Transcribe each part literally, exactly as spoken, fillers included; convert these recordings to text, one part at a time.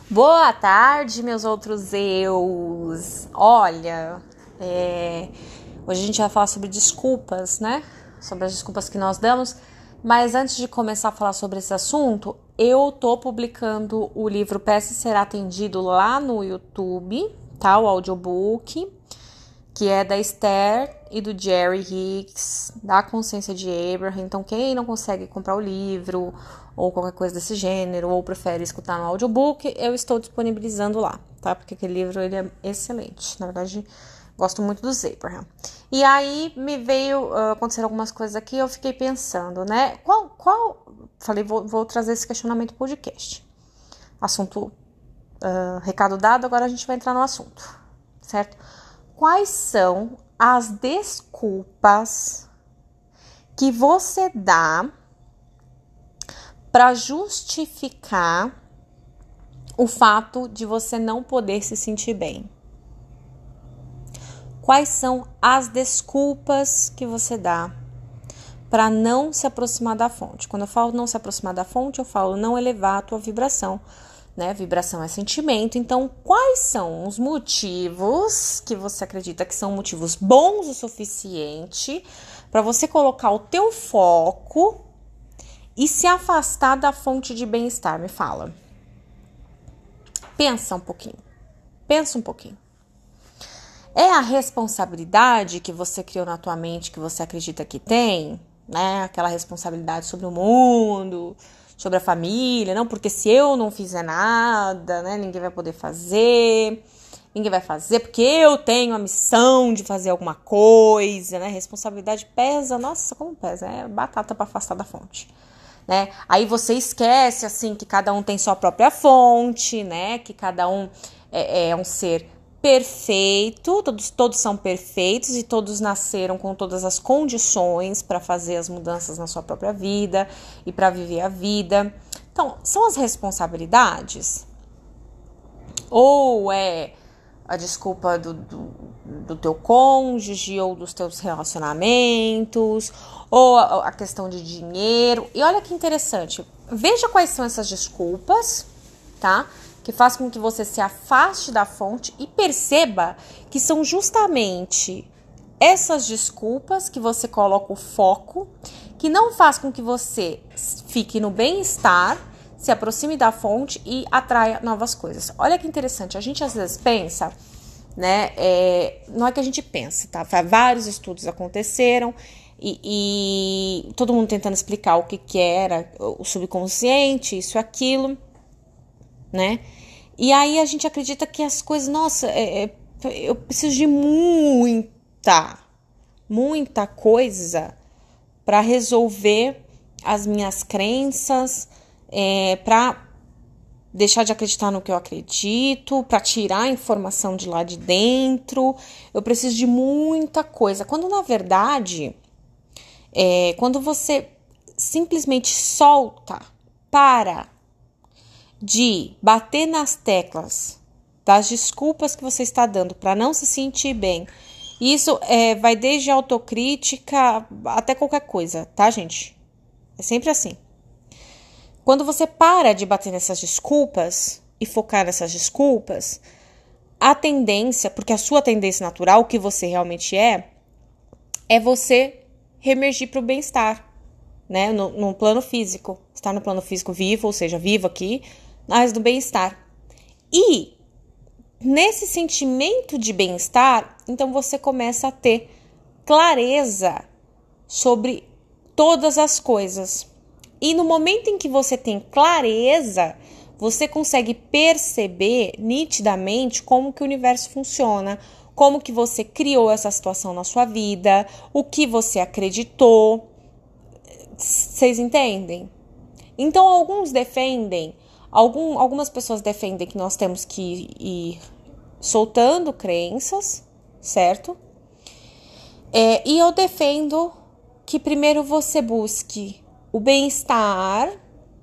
Boa tarde, meus outros eus. Olha, é, hoje a gente vai falar sobre desculpas, né? Sobre as desculpas que nós damos. Mas antes de começar a falar sobre esse assunto, eu tô publicando o livro Peça e Será Atendido lá no YouTube, tá? O audiobook, que é da Esther e do Jerry Hicks, da Consciência de Abraham. Então, quem não consegue comprar o livro ou qualquer coisa desse gênero, ou prefere escutar no audiobook, eu estou disponibilizando lá, tá? Porque aquele livro, ele é excelente. Na verdade, gosto muito do Abraham. E aí, me veio uh, acontecer algumas coisas aqui, eu fiquei pensando, né? Qual, qual... Falei, vou, vou trazer esse questionamento pro podcast. Assunto, uh, recado dado, agora a gente vai entrar no assunto, certo? Quais são as desculpas que você dá para justificar o fato de você não poder se sentir bem? Quais são as desculpas que você dá para não se aproximar da fonte? Quando eu falo não se aproximar da fonte, eu falo não elevar a tua vibração, né? Vibração é sentimento. Então, quais são os motivos que você acredita que são motivos bons o suficiente para você colocar o teu foco e se afastar da fonte de bem-estar? Me fala. Pensa um pouquinho. Pensa um pouquinho. É a responsabilidade que você criou na tua mente, que você acredita que tem, né? Aquela responsabilidade sobre o mundo, sobre a família, não, porque se eu não fizer nada, né, ninguém vai poder fazer, ninguém vai fazer, porque eu tenho a missão de fazer alguma coisa, né? Responsabilidade pesa, nossa, como pesa, é batata para afastar da fonte. Né? Aí você esquece, assim, que cada um tem sua própria fonte, né? Que cada um é, é um ser perfeito, todos, todos são perfeitos e todos nasceram com todas as condições para fazer as mudanças na sua própria vida e para viver a vida. Então, são as responsabilidades? Ou é a desculpa do, do, do teu cônjuge ou dos teus relacionamentos, ou a, a questão de dinheiro? E olha que interessante, veja quais são essas desculpas, tá? Que faz com que você se afaste da fonte e perceba que são justamente essas desculpas que você coloca o foco, que não faz com que você fique no bem-estar, se aproxime da fonte e atraia novas coisas. Olha que interessante, a gente às vezes pensa, né, é, não é que a gente pensa, tá? Vários estudos aconteceram e, e todo mundo tentando explicar o que, que era o subconsciente, isso e aquilo, né? E aí a gente acredita que as coisas, nossa, é, é, eu preciso de muita, muita coisa para resolver as minhas crenças, é, para deixar de acreditar no que eu acredito, para tirar a informação de lá de dentro. Eu preciso de muita coisa. Quando na verdade, é, quando você simplesmente solta, para de bater nas teclas das desculpas que você está dando para não se sentir bem. Isso é, vai desde autocrítica até qualquer coisa, tá, gente? É sempre assim. Quando você para de bater nessas desculpas e focar nessas desculpas, a tendência, porque a sua tendência natural, o que você realmente é, é você reemergir para o bem-estar, né? No, no plano físico. Estar no plano físico vivo, ou seja, vivo aqui, mas do bem-estar. E nesse sentimento de bem-estar, então você começa a ter clareza sobre todas as coisas. E no momento em que você tem clareza, você consegue perceber nitidamente como que o universo funciona, como que você criou essa situação na sua vida, o que você acreditou. Vocês entendem? Então, alguns defendem, algum, algumas pessoas defendem que nós temos que ir soltando crenças, certo? É, e eu defendo que primeiro você busque o bem-estar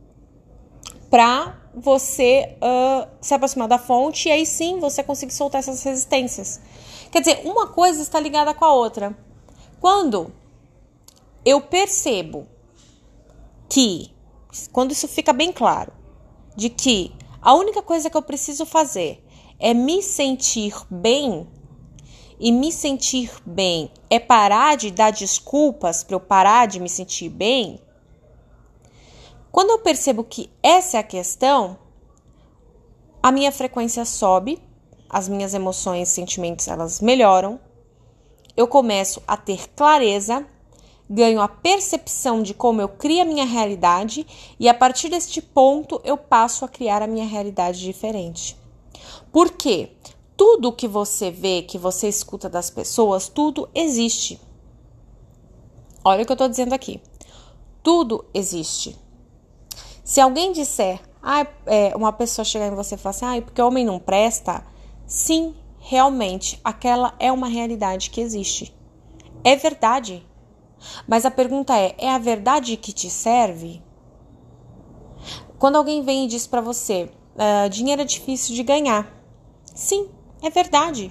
para você uh, se aproximar da fonte e aí sim você conseguir soltar essas resistências. Quer dizer, uma coisa está ligada com a outra. Quando eu percebo que, quando isso fica bem claro, de que A única coisa que eu preciso fazer é me sentir bem. E me sentir bem é parar de dar desculpas para eu parar de me sentir bem. Quando eu percebo que essa é a questão, a minha frequência sobe, as minhas emoções e sentimentos elas melhoram, eu começo a ter clareza, ganho a percepção de como eu crio a minha realidade e a partir deste ponto eu passo a criar a minha realidade diferente. Por quê? Tudo que você vê, que você escuta das pessoas, tudo existe. Olha o que eu estou dizendo aqui. Tudo existe. Se alguém disser, ah, é, uma pessoa chegar em você e falar assim, ah, porque homem não presta, sim, realmente, aquela é uma realidade que existe. É verdade. Mas a pergunta é, é a verdade que te serve? Quando alguém vem e diz pra você, uh, dinheiro é difícil de ganhar. Sim, é verdade.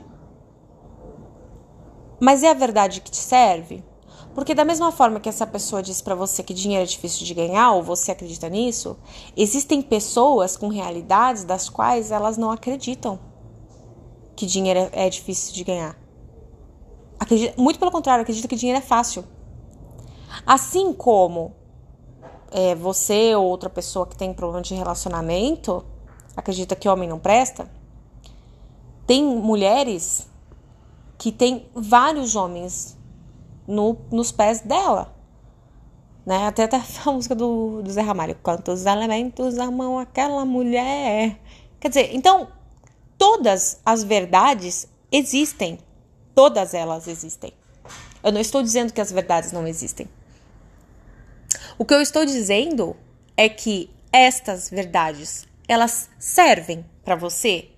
Mas é a verdade que te serve? Porque da mesma forma que essa pessoa diz pra você que dinheiro é difícil de ganhar, ou você acredita nisso, existem pessoas com realidades das quais elas não acreditam que dinheiro é difícil de ganhar. Acredita, muito pelo contrário, acredita que dinheiro é fácil. Assim como é, você ou outra pessoa que tem problema de relacionamento acredita que homem não presta, tem mulheres que têm vários homens no, nos pés dela. Né? Até, até a música do, do Zé Ramalho. Quantos elementos amam aquela mulher? Quer dizer, então, todas as verdades existem. Todas elas existem. Eu não estou dizendo que as verdades não existem. O que eu estou dizendo é que estas verdades, elas servem para você.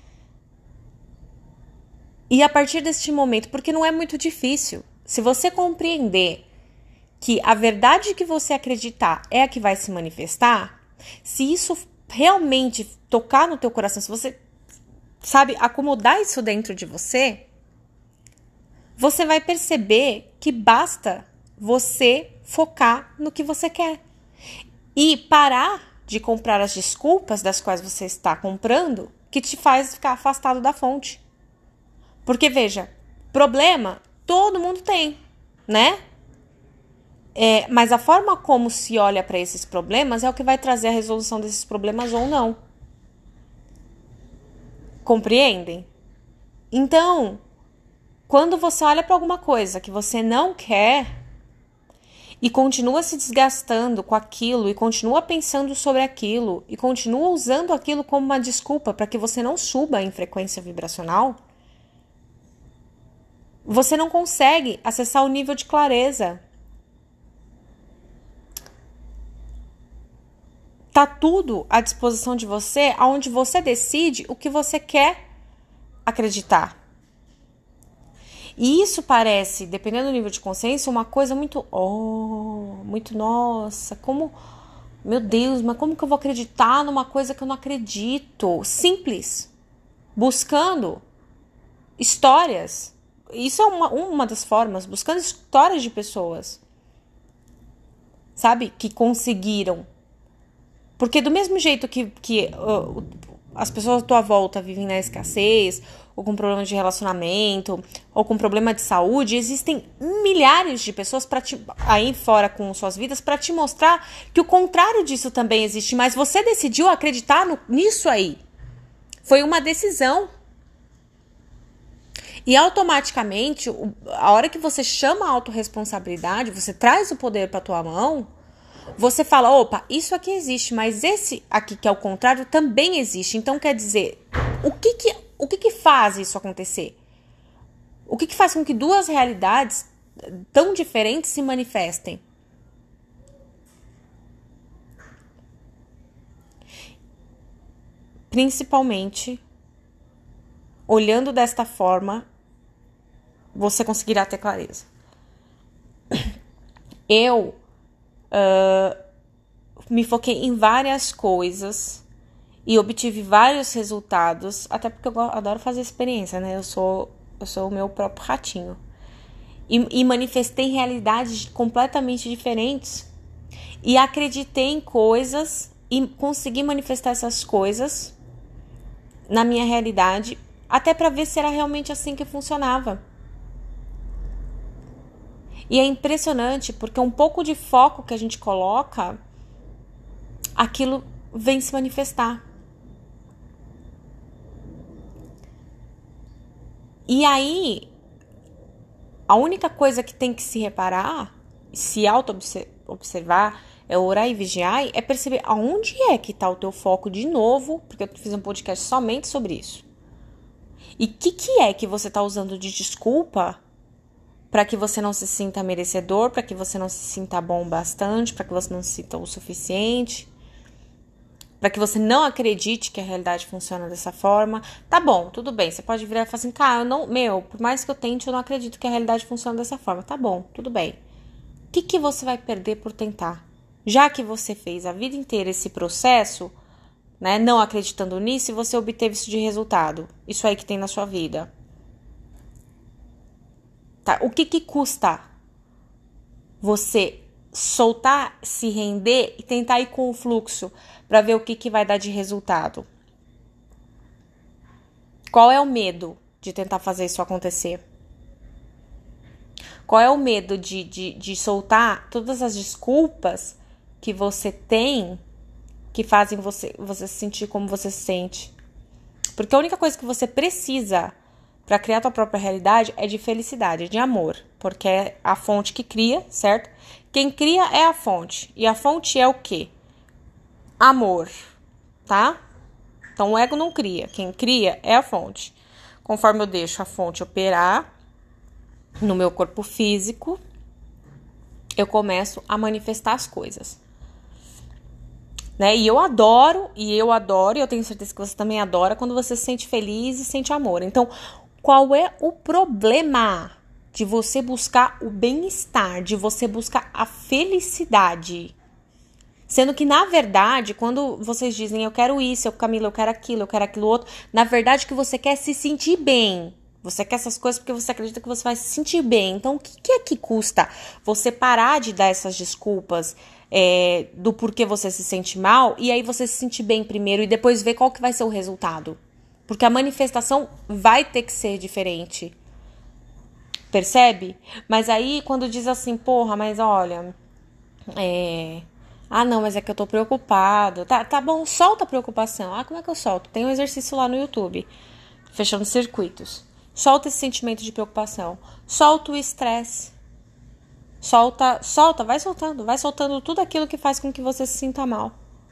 E a partir deste momento, porque não é muito difícil, se você compreender que a verdade que você acreditar é a que vai se manifestar, se isso realmente tocar no teu coração, se você, sabe, acomodar isso dentro de você, você vai perceber que basta você focar no que você quer. E parar de comprar as desculpas das quais você está comprando, que te faz ficar afastado da fonte. Porque, veja, problema todo mundo tem, né? É, mas a forma como se olha para esses problemas é o que vai trazer a resolução desses problemas ou não. Compreendem? Então, quando você olha para alguma coisa que você não quer e continua se desgastando com aquilo e continua pensando sobre aquilo e continua usando aquilo como uma desculpa para que você não suba em frequência vibracional, você não consegue acessar o nível de clareza. Tá tudo à disposição de você, aonde você decide o que você quer acreditar. E isso parece, dependendo do nível de consciência, uma coisa muito, oh, muito nossa, como, meu Deus, mas como que eu vou acreditar numa coisa que eu não acredito? Simples. Buscando histórias. Isso é uma, uma das formas, buscando histórias de pessoas, sabe, que conseguiram. Porque do mesmo jeito que, que uh, as pessoas à tua volta vivem na escassez, ou com problema de relacionamento, ou com problema de saúde, existem milhares de pessoas pra te, aí fora com suas vidas para te mostrar que o contrário disso também existe, mas você decidiu acreditar no, nisso aí. Foi uma decisão. E automaticamente, a hora que você chama a autorresponsabilidade, você traz o poder para tua mão, você fala, opa, isso aqui existe, mas esse aqui que é o contrário também existe. Então, quer dizer, o que que, o que, que faz isso acontecer? O que que faz com que duas realidades tão diferentes se manifestem? Principalmente, olhando desta forma, você conseguirá ter clareza. Eu uh, me foquei em várias coisas e obtive vários resultados, até porque eu adoro fazer experiência, né? Eu sou, eu sou o meu próprio ratinho. E, e manifestei realidades completamente diferentes. E acreditei em coisas e consegui manifestar essas coisas na minha realidade, até para ver se era realmente assim que funcionava. E é impressionante porque um pouco de foco que a gente coloca, aquilo vem se manifestar. E aí, a única coisa que tem que se reparar, se auto-observar, é orar e vigiar, é perceber aonde é que está o teu foco de novo, porque eu fiz um podcast somente sobre isso. E o que, que é que você está usando de desculpa para que você não se sinta merecedor, para que você não se sinta bom bastante, para que você não se sinta o suficiente, para que você não acredite que a realidade funciona dessa forma. Tá bom, tudo bem, você pode virar e falar assim, cara, eu não, meu, por mais que eu tente, eu não acredito que a realidade funciona dessa forma. Tá bom, tudo bem. O que, que você vai perder por tentar? Já que você fez a vida inteira esse processo, né, não acreditando nisso, e você obteve isso de resultado, isso aí que tem na sua vida. Tá? O que que custa você soltar, se render e tentar ir com o fluxo para ver o que que vai dar de resultado? Qual é o medo de tentar fazer isso acontecer? Qual é o medo de, de, de soltar todas as desculpas que você tem que fazem você, você se sentir como você se sente? Porque a única coisa que você precisa para criar a tua própria realidade é de felicidade, de amor. Porque é a fonte que cria, certo? Quem cria é a fonte. E a fonte é o quê? Amor, tá? Então o ego não cria. Quem cria é a fonte. Conforme eu deixo a fonte operar no meu corpo físico, eu começo a manifestar as coisas. Né? E eu adoro, e eu adoro, e eu tenho certeza que você também adora, quando você se sente feliz e sente amor. Então, qual é o problema de você buscar o bem-estar, de você buscar a felicidade? Sendo que, na verdade, quando vocês dizem, eu quero isso, eu, Camila, eu quero aquilo, eu quero aquilo outro, na verdade, que você quer se sentir bem. Você quer essas coisas porque você acredita que você vai se sentir bem. Então, o que, que é que custa você parar de dar essas desculpas é, do porquê você se sente mal e aí você se sentir bem primeiro e depois ver qual que vai ser o resultado? Porque a manifestação vai ter que ser diferente. Percebe? Mas aí, quando diz assim, porra, mas olha, é... ah, não, mas é que eu tô preocupado. Tá, tá bom, solta a preocupação. Ah, como é que eu solto? Tem um exercício lá no YouTube, fechando circuitos. Solta esse sentimento de preocupação. Solta o estresse. Solta, solta, vai soltando. Vai soltando tudo aquilo que faz com que você se sinta mal.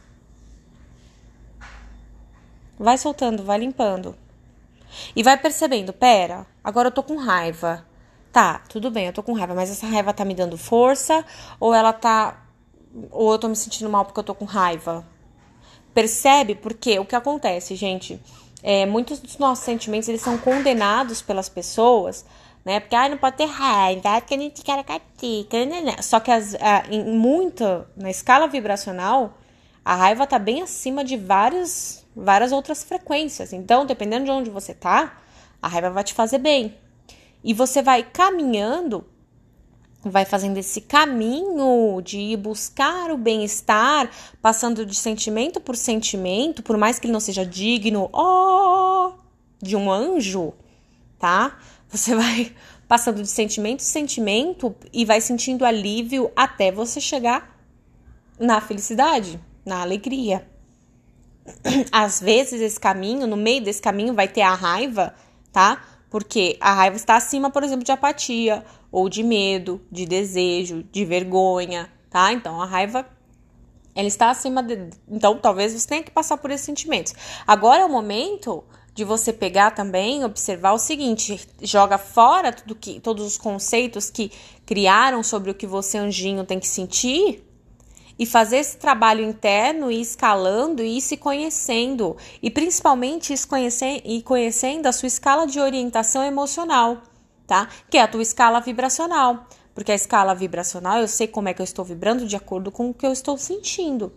Vai soltando, vai limpando. E vai percebendo, pera, agora eu tô com raiva. Tá, tudo bem, eu tô com raiva, mas essa raiva tá me dando força? Ou ela tá... ou eu tô me sentindo mal porque eu tô com raiva? Percebe? Porque o que acontece, gente... É, muitos dos nossos sentimentos, eles são condenados pelas pessoas, né? Porque, ah, não pode ter raiva, porque a gente quer catica, né, né. Só que as, ah, em muita, na escala vibracional, a raiva tá bem acima de várias, várias outras frequências. Então, dependendo de onde você tá, a raiva vai te fazer bem. E você vai caminhando, vai fazendo esse caminho de ir buscar o bem-estar, passando de sentimento por sentimento, por mais que ele não seja digno, oh, de um anjo, tá? Você vai passando de sentimento em sentimento e vai sentindo alívio até você chegar na felicidade, na alegria. Às vezes esse caminho, no meio desse caminho vai ter a raiva, tá? Porque a raiva está acima, por exemplo, de apatia, ou de medo, de desejo, de vergonha, tá? Então, a raiva, ela está acima de... Então, talvez você tenha que passar por esses sentimentos. Agora é o momento de você pegar também, observar o seguinte, joga fora tudo que, todos os conceitos que criaram sobre o que você, anjinho, tem que sentir e fazer esse trabalho interno e ir escalando e ir se conhecendo. E principalmente ir conhecer, ir conhecendo a sua escala de orientação emocional, tá? Que é a tua escala vibracional. Porque a escala vibracional, eu sei como é que eu estou vibrando de acordo com o que eu estou sentindo.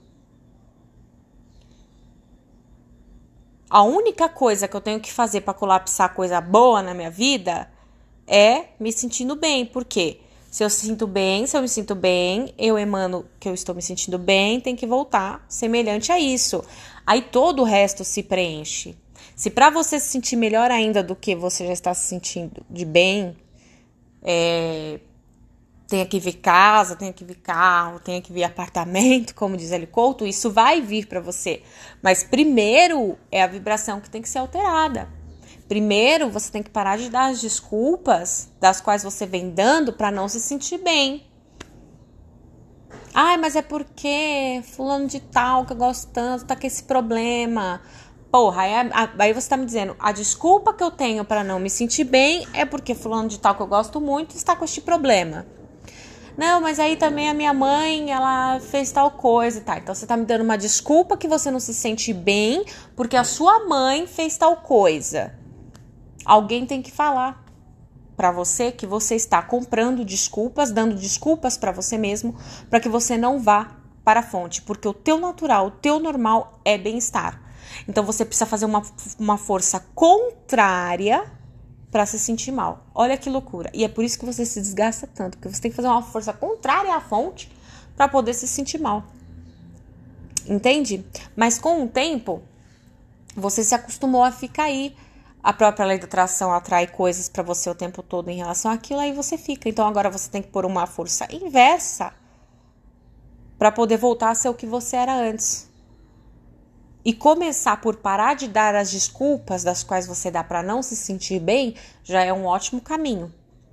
A única coisa que eu tenho que fazer para colapsar coisa boa na minha vida é me sentindo bem. Por quê? Se eu sinto bem, se eu me sinto bem, eu emano que eu estou me sentindo bem, tem que voltar semelhante a isso. Aí todo o resto se preenche. Se para você se sentir melhor ainda do que você já está se sentindo de bem, é, tem que vir casa, tem que vir carro, tem que vir apartamento, como diz Eli Couto, isso vai vir para você. Mas primeiro é a vibração que tem que ser alterada. Primeiro você tem que parar de dar as desculpas das quais você vem dando para não se sentir bem. Ai, mas é porque fulano de tal que eu gosto tanto tá com esse problema. Porra, aí, aí você tá me dizendo, a desculpa que eu tenho para não me sentir bem é porque fulano de tal que eu gosto muito está com este problema. Não, mas aí também a minha mãe, ela fez tal coisa e tá. Então você tá me dando uma desculpa que você não se sente bem porque a sua mãe fez tal coisa. Alguém tem que falar para você que você está comprando desculpas, dando desculpas para você mesmo, para que você não vá para a fonte, porque o teu natural, o teu normal é bem-estar. Então você precisa fazer uma, uma força contrária para se sentir mal. Olha que loucura. E é por isso que você se desgasta tanto, porque você tem que fazer uma força contrária à fonte para poder se sentir mal. Entende? Mas com o tempo, você se acostumou a ficar aí. A própria lei da atração atrai coisas para você o tempo todo em relação àquilo, aí você fica. Então agora você tem que pôr uma força inversa para poder voltar a ser o que você era antes. E começar por parar de dar as desculpas das quais você dá para não se sentir bem, já é um ótimo caminho.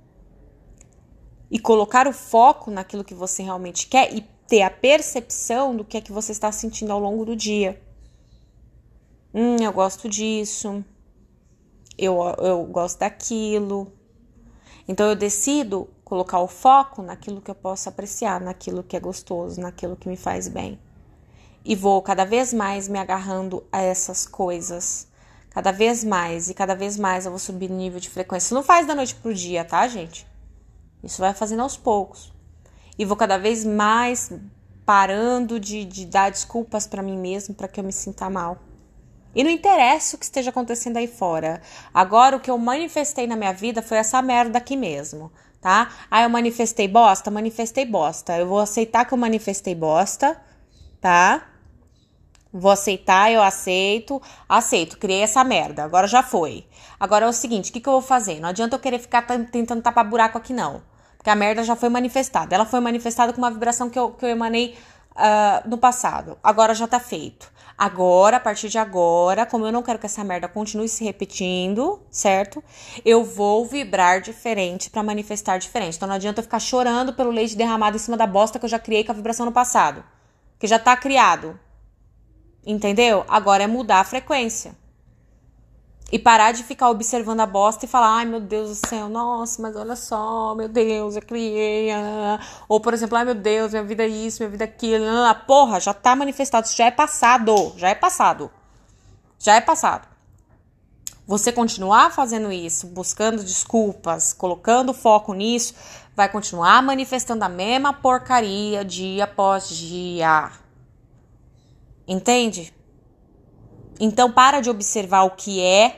E colocar o foco naquilo que você realmente quer e ter a percepção do que é que você está sentindo ao longo do dia. Hum, eu gosto disso. Eu, eu gosto daquilo. Então eu decido colocar o foco naquilo que eu posso apreciar, naquilo que é gostoso, naquilo que me faz bem. E vou cada vez mais me agarrando a essas coisas. Cada vez mais e cada vez mais eu vou subir no nível de frequência. Não faz da noite pro dia, tá, gente? Isso vai fazendo aos poucos. E vou cada vez mais parando de, de dar desculpas pra mim mesmo para que eu me sinta mal. E não interessa o que esteja acontecendo aí fora. Agora, o que eu manifestei na minha vida foi essa merda aqui mesmo, tá? Ah, eu manifestei bosta? Manifestei bosta. Eu vou aceitar que eu manifestei bosta, tá? Vou aceitar, eu aceito. Aceito, criei essa merda. Agora já foi. Agora é o seguinte, o que, que eu vou fazer? Não adianta eu querer ficar t- tentando tapar buraco aqui, não. Porque a merda já foi manifestada. Ela foi manifestada com uma vibração que eu, que eu emanei uh, no passado. Agora já tá feito. Agora, a partir de agora, como eu não quero que essa merda continue se repetindo, certo? Eu vou vibrar diferente pra manifestar diferente. Então não adianta eu ficar chorando pelo leite derramado em cima da bosta que eu já criei com a vibração no passado. Que já tá criado. Entendeu? Agora é mudar a frequência. E parar de ficar observando a bosta e falar, ai meu Deus do céu, nossa, mas olha só, meu Deus, eu criei. Ah. Ou, por exemplo, ai meu Deus, minha vida é isso, minha vida é aquilo. Ah, porra, já tá manifestado, isso já é passado, já é passado. Já é passado. Você continuar fazendo isso, buscando desculpas, colocando foco nisso, vai continuar manifestando a mesma porcaria dia após dia. Entende? Então, para de observar o que é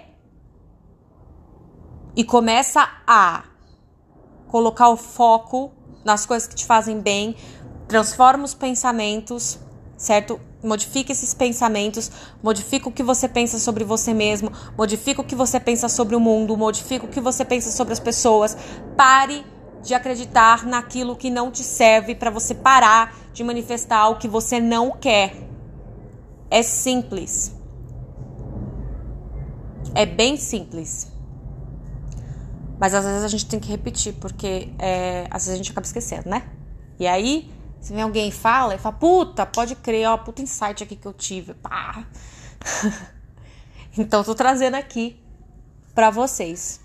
e começa a colocar o foco nas coisas que te fazem bem, transforma os pensamentos, certo? Modifica esses pensamentos, modifica o que você pensa sobre você mesmo, modifica o que você pensa sobre o mundo, modifica o que você pensa sobre as pessoas. Pare de acreditar naquilo que não te serve para você parar de manifestar o que você não quer. É simples. É bem simples. Mas às vezes a gente tem que repetir, porque é, às vezes a gente acaba esquecendo, né? E aí, se vem alguém e fala, e fala, puta, pode crer, ó, puta insight aqui que eu tive. Pá. Então, tô trazendo aqui pra vocês.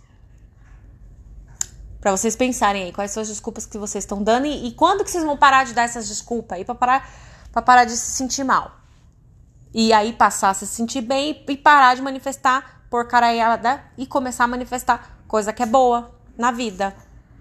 Pra vocês pensarem aí quais são as desculpas que vocês estão dando e, e quando que vocês vão parar de dar essas desculpas aí pra parar, pra parar de se sentir mal. E aí passar a se sentir bem e parar de manifestar porcariada e começar a manifestar coisa que é boa na vida.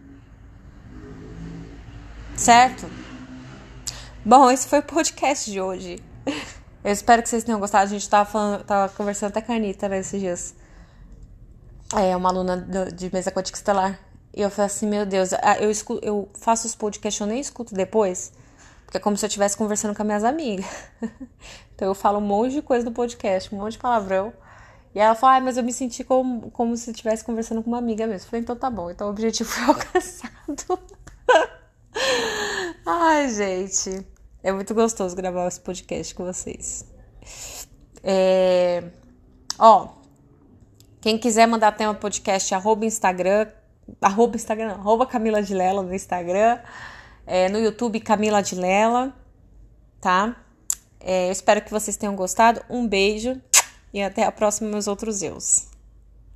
Certo? Bom, esse foi o podcast de hoje. Eu espero que vocês tenham gostado. A gente tava, falando, tava conversando até com a Anitta, né, esses dias. É, uma aluna de mesa quântica estelar. E eu falei assim, meu Deus, eu, escuto, eu faço os podcasts, eu nem escuto depois. Porque é como se eu estivesse conversando com as minhas amigas. Então eu falo um monte de coisa no podcast, um monte de palavrão. E ela falou, ah, mas eu me senti como, como se estivesse conversando com uma amiga mesmo. Eu falei, então tá bom, então o objetivo foi alcançado. Ai, gente, é muito gostoso gravar esse podcast com vocês. É... Ó, quem quiser mandar tema podcast, arroba Instagram, arroba Instagram, não, arroba Camila Dilela no Instagram, é, no YouTube Camila Dilela, tá? É, eu espero que vocês tenham gostado. Um beijo e até a próxima, meus outros eus.